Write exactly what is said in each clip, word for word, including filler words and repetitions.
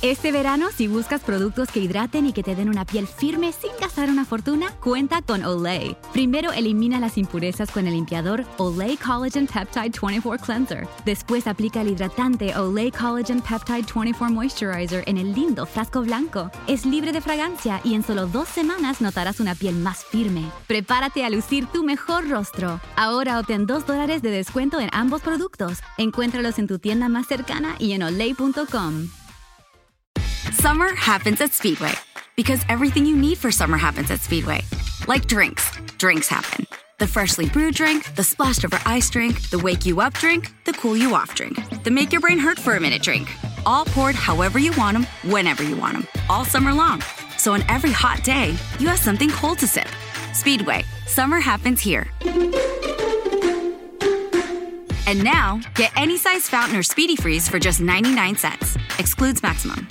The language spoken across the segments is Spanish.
Este verano, si buscas productos que hidraten y que te den una piel firme sin gastar una fortuna, cuenta con Olay. Primero elimina las impurezas con el limpiador Olay Collagen Peptide veinticuatro Cleanser. Después aplica el hidratante Olay Collagen Peptide veinticuatro Moisturizer en el lindo frasco blanco. Es libre de fragancia y en solo dos semanas notarás una piel más firme. Prepárate a lucir tu mejor rostro. Ahora obtén dos dólares de descuento en ambos productos. Encuéntralos en tu tienda más cercana y en olay punto com. Summer happens at Speedway because everything you need for summer happens at Speedway. Like drinks, drinks happen. The freshly brewed drink, the splashed over ice drink, the wake you up drink, the cool you off drink, the make your brain hurt for a minute drink. All poured however you want them, whenever you want them, all summer long. So on every hot day, you have something cold to sip. Speedway, summer happens here. And now, get any size fountain or Speedy Freeze for just ninety-nine cents. Excludes maximum.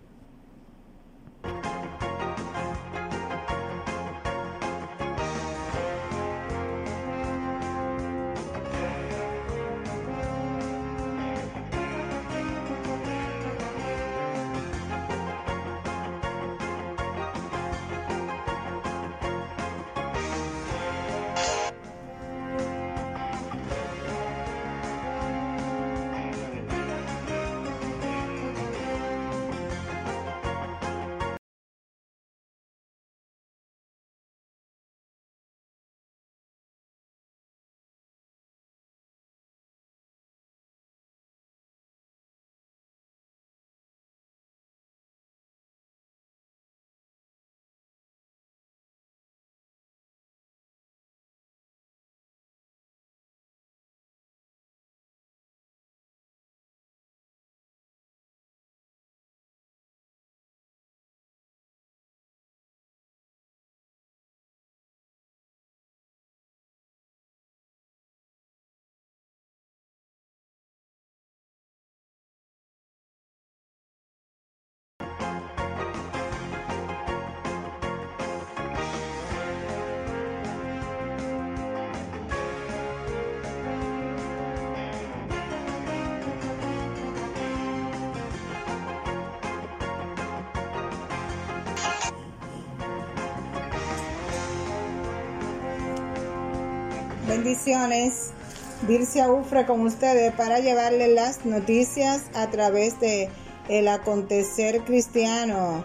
Bendiciones, Dircia Ufre con ustedes para llevarles las noticias a través de El Acontecer Cristiano.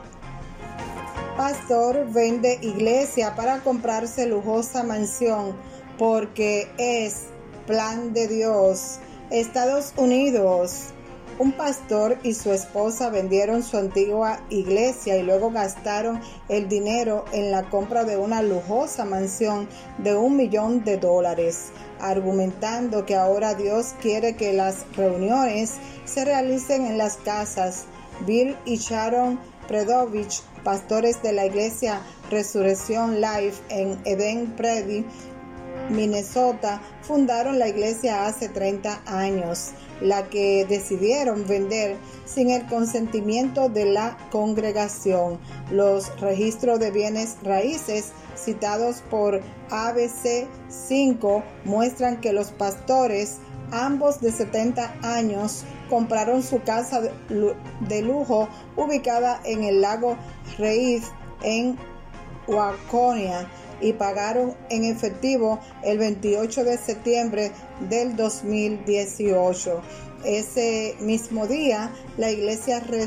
Pastor vende iglesia para comprarse lujosa mansión porque es plan de Dios. Estados Unidos. Un pastor y su esposa vendieron su antigua iglesia y luego gastaron el dinero en la compra de una lujosa mansión de un millón de dólares, argumentando que ahora Dios quiere que las reuniones se realicen en las casas. Bill y Sharon Predovich, pastores de la iglesia Resurrección Life en Eden Prairie, Minnesota, fundaron la iglesia hace treinta años, la que decidieron vender sin el consentimiento de la congregación. Los registros de bienes raíces citados por A B C cinco muestran que los pastores, ambos de setenta años, compraron su casa de lujo ubicada en el lago Reid en Waconia y pagaron en efectivo el veintiocho de septiembre del dos mil dieciocho. Ese mismo día, la iglesia Res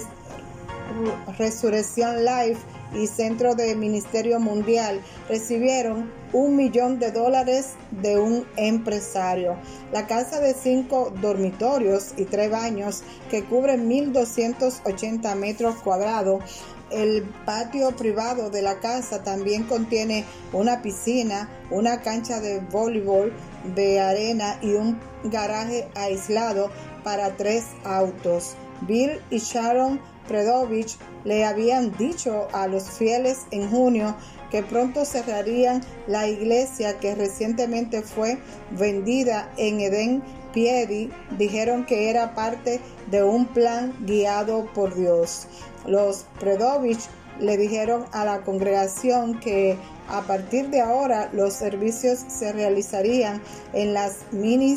Resurrección Life y Centro de Ministerio Mundial recibieron un millón de dólares de un empresario. La casa de cinco dormitorios y tres baños que cubre mil doscientos ochenta metros cuadrados. El patio privado de la casa también contiene una piscina, una cancha de voleibol de arena y un garaje aislado para tres autos. Bill y Sharon Predovich le habían dicho a los fieles en junio que pronto cerrarían la iglesia que recientemente fue vendida en Eden Prairie. Dijeron que era parte de un plan guiado por Dios. Los Predovich le dijeron a la congregación que a partir de ahora los servicios se realizarían en las minis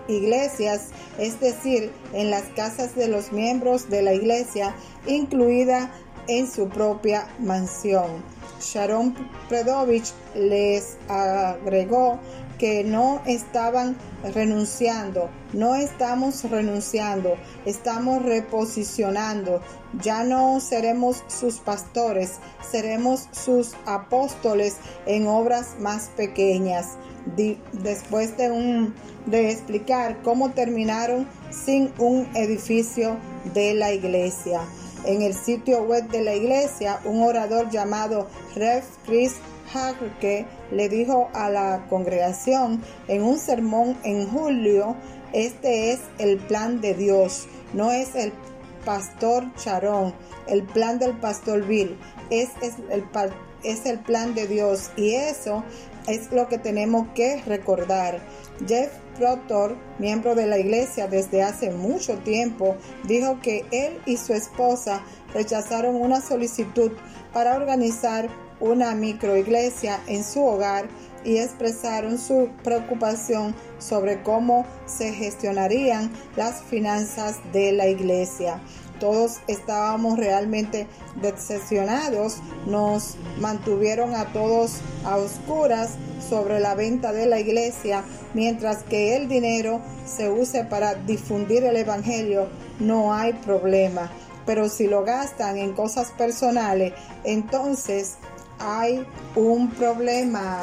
iglesias, es decir, en las casas de los miembros de la iglesia, incluida en su propia mansión. Sharon Predovich les agregó que no estaban renunciando, no estamos renunciando, estamos reposicionando. Ya no seremos sus pastores, seremos sus apóstoles en obras más pequeñas. Di- después de, un, de explicar cómo terminaron sin un edificio de la iglesia. En el sitio web de la iglesia, un orador llamado Rev Chris Hacke le dijo a la congregación en un sermón en julio: este es el plan de Dios, no es el pastor Sharon, el plan del pastor Bill, es, es, el, es el plan de Dios, y eso es lo que tenemos que recordar. Jeff Proctor, miembro de la iglesia desde hace mucho tiempo, dijo que él y su esposa rechazaron una solicitud para organizar una microiglesia en su hogar y expresaron su preocupación sobre cómo se gestionarían las finanzas de la iglesia. Todos estábamos realmente decepcionados, nos mantuvieron a todos a oscuras sobre la venta de la iglesia, mientras que el dinero se use para difundir el evangelio, no hay problema. Pero si lo gastan en cosas personales, entonces hay un problema.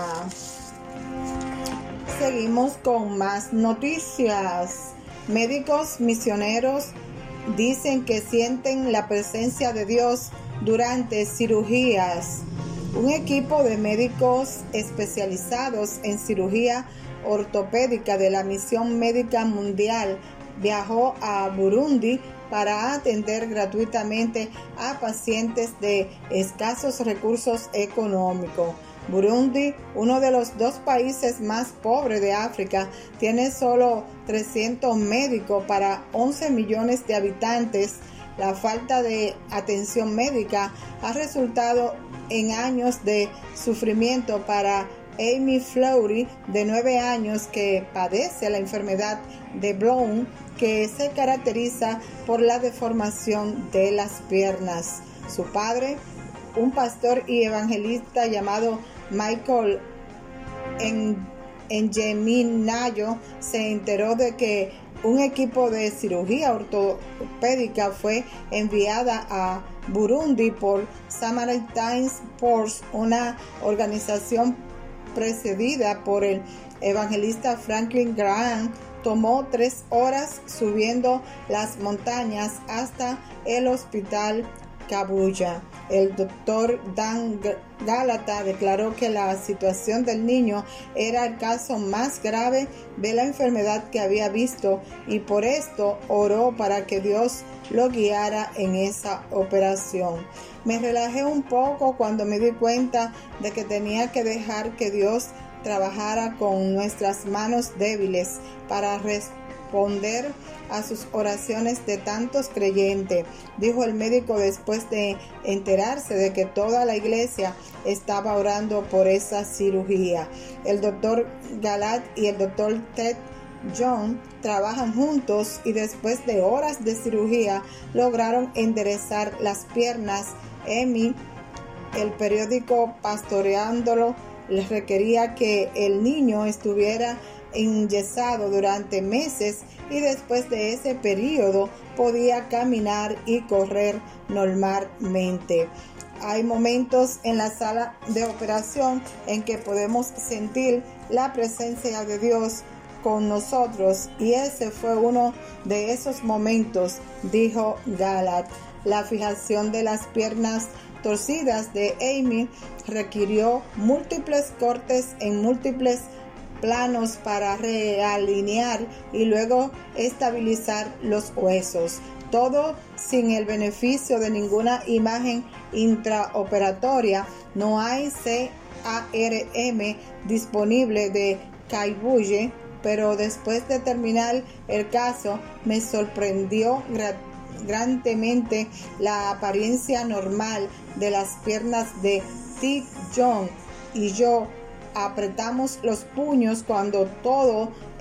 Seguimos con más noticias. Médicos misioneros dicen que sienten la presencia de Dios durante cirugías. Un equipo de médicos especializados en cirugía ortopédica de la Misión Médica Mundial viajó a Burundi para atender gratuitamente a pacientes de escasos recursos económicos. Burundi, uno de los dos países más pobres de África, tiene solo trescientos médicos para once millones de habitantes. La falta de atención médica ha resultado en años de sufrimiento para Amy Fleury, de nueve años, que padece la enfermedad de Brown, que se caracteriza por la deformación de las piernas. Su padre, un pastor y evangelista llamado Michael Enjeminayo, se enteró de que un equipo de cirugía ortopédica fue enviada a Burundi por Samaritan's Purse, una organización precedida por el evangelista Franklin Graham. Tomó tres horas subiendo las montañas hasta el hospital Kabuya. El doctor Dan Gálata declaró que la situación del niño era el caso más grave de la enfermedad que había visto, y por esto oró para que Dios lo guiara en esa operación. Me relajé un poco cuando me di cuenta de que tenía que dejar que Dios trabajara con nuestras manos débiles para responder a sus oraciones de tantos creyentes, dijo el médico después de enterarse de que toda la iglesia estaba orando por esa cirugía. El doctor Galat y el doctor Ted John trabajan juntos y después de horas de cirugía lograron enderezar las piernas. Amy, el periódico Pastoreándolo, les requería que el niño estuviera enyesado durante meses y después de ese periodo podía caminar y correr normalmente. Hay momentos en la sala de operación en que podemos sentir la presencia de Dios con nosotros, y ese fue uno de esos momentos, dijo Galat. La fijación de las piernas torcidas de Amy requirió múltiples cortes en múltiples planos para realinear y luego estabilizar los huesos, todo sin el beneficio de ninguna imagen intraoperatoria. No hay C A R M disponible de Kabuye, pero después de terminar el caso me sorprendió gratuitamente grandemente la apariencia normal de las piernas de Ted John y yo. Apretamos los puños cuando todo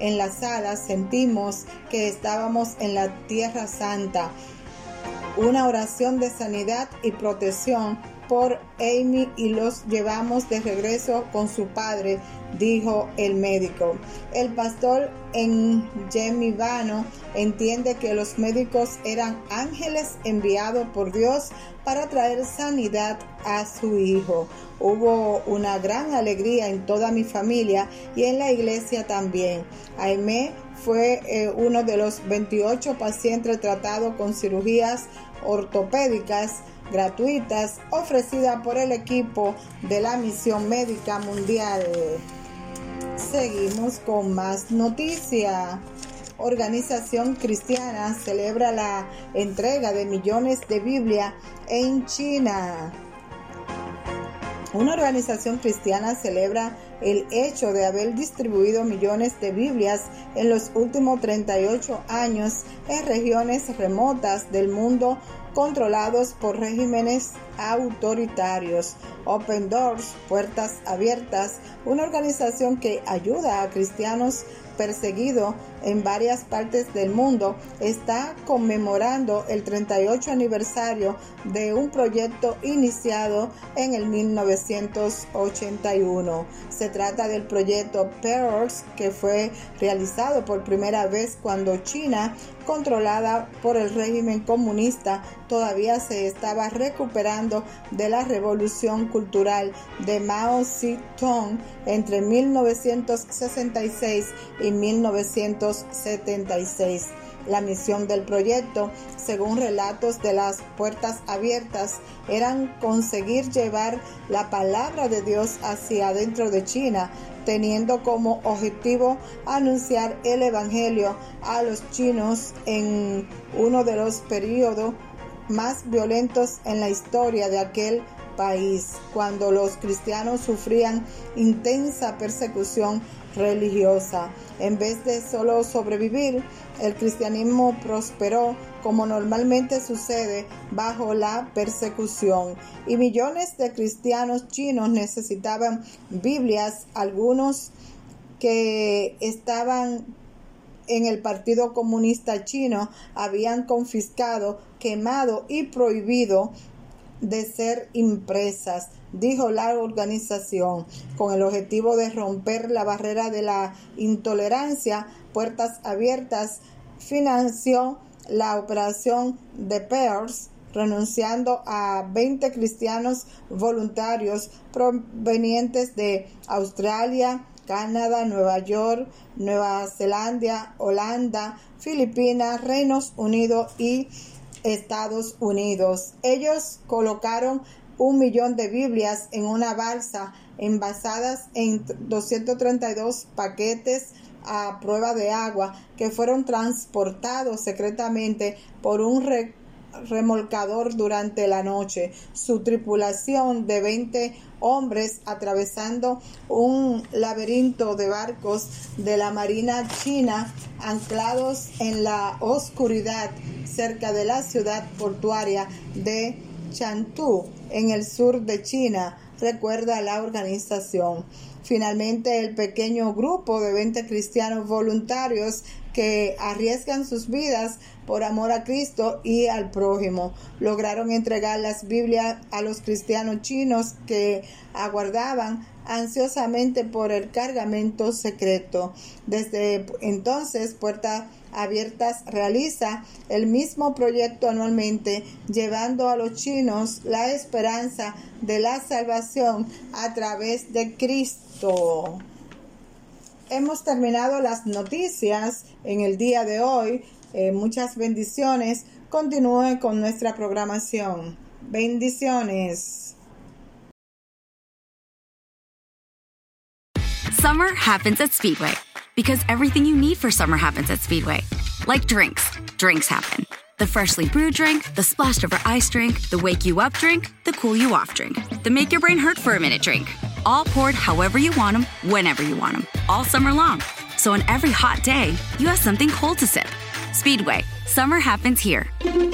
en la sala sentimos que estábamos en la Tierra Santa. Una oración de sanidad y protección por Amy y los llevamos de regreso con su padre, dijo el médico. El pastor en Gemivano entiende que los médicos eran ángeles enviados por Dios para traer sanidad a su hijo. Hubo una gran alegría en toda mi familia y en la iglesia también. Aimé fue eh, uno de los veintiocho pacientes tratados con cirugías ortopédicas gratuitas ofrecidas por el equipo de la Misión Médica Mundial. Seguimos con más noticias. Organización cristiana celebra la entrega de millones de Biblias en China. Una organización cristiana celebra el hecho de haber distribuido millones de Biblias en los últimos treinta y ocho años en regiones remotas del mundo controlados por regímenes autoritarios. Open Doors, Puertas Abiertas, una organización que ayuda a cristianos perseguidos en varias partes del mundo, está conmemorando el treinta y ocho aniversario de un proyecto iniciado en el mil novecientos ochenta y uno. Se trata del proyecto Pearls, que fue realizado por primera vez cuando China, controlada por el régimen comunista, todavía se estaba recuperando de la revolución cultural de Mao Zedong entre mil novecientos sesenta y seis y mil novecientos setenta y seis. La misión del proyecto, según relatos de las Puertas Abiertas, eran conseguir llevar la palabra de Dios hacia adentro de China, teniendo como objetivo anunciar el evangelio a los chinos en uno de los periodos más violentos en la historia de aquel país, cuando los cristianos sufrían intensa persecución religiosa. En vez de solo sobrevivir, el cristianismo prosperó como normalmente sucede bajo la persecución, y millones de cristianos chinos necesitaban Biblias. Algunos que estaban en el Partido Comunista Chino habían confiscado, quemado y prohibido de ser impresas, dijo la organización. Con el objetivo de romper la barrera de la intolerancia, Puertas Abiertas financió la operación de Pearls, renunciando a veinte cristianos voluntarios provenientes de Australia, Canadá, Nueva York, Nueva Zelanda, Holanda, Filipinas, Reinos Unidos y Estados Unidos. Ellos colocaron un millón de Biblias en una balsa envasadas en doscientos treinta y dos paquetes a prueba de agua que fueron transportados secretamente por un re remolcador durante la noche. Su tripulación de veinte hombres, atravesando un laberinto de barcos de la Marina China anclados en la oscuridad cerca de la ciudad portuaria de Chengdu, en el sur de China, recuerda la organización. Finalmente, el pequeño grupo de veinte cristianos voluntarios que arriesgan sus vidas por amor a Cristo y al prójimo lograron entregar las Biblias a los cristianos chinos que aguardaban ansiosamente por el cargamento secreto. Desde entonces, Puertas Abiertas realiza el mismo proyecto anualmente, llevando a los chinos la esperanza de la salvación a través de Cristo. Hemos terminado las noticias en el día de hoy. Eh, muchas bendiciones. Continúe con nuestra programación. Bendiciones. Summer happens at Speedway because everything you need for summer happens at Speedway. Like drinks. Drinks happen. The freshly brewed drink, the splashed over ice drink, the wake you up drink, the cool you off drink, the make your brain hurt for a minute drink. All poured however you want them, whenever you want them, all summer long. So on every hot day, you have something cold to sip. Speedway, summer happens here.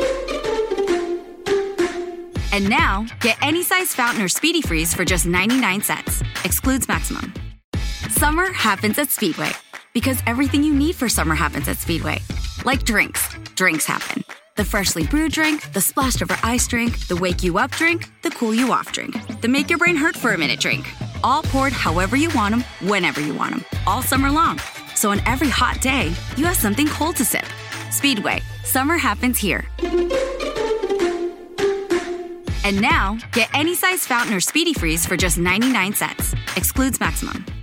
And now, get any size fountain or Speedy Freeze for just ninety-nine cents. Excludes maximum. Summer happens at Speedway Because everything you need for summer happens at Speedway. Like drinks. Drinks happen. The freshly brewed drink, the splashed over ice drink, the wake you up drink, the cool you off drink, the make your brain hurt for a minute drink. All poured however you want them, whenever you want them, all summer long. So on every hot day, you have something cold to sip. Speedway, summer happens here. And now, get any size fountain or Speedy Freeze for just ninety-nine cents. Excludes maximum.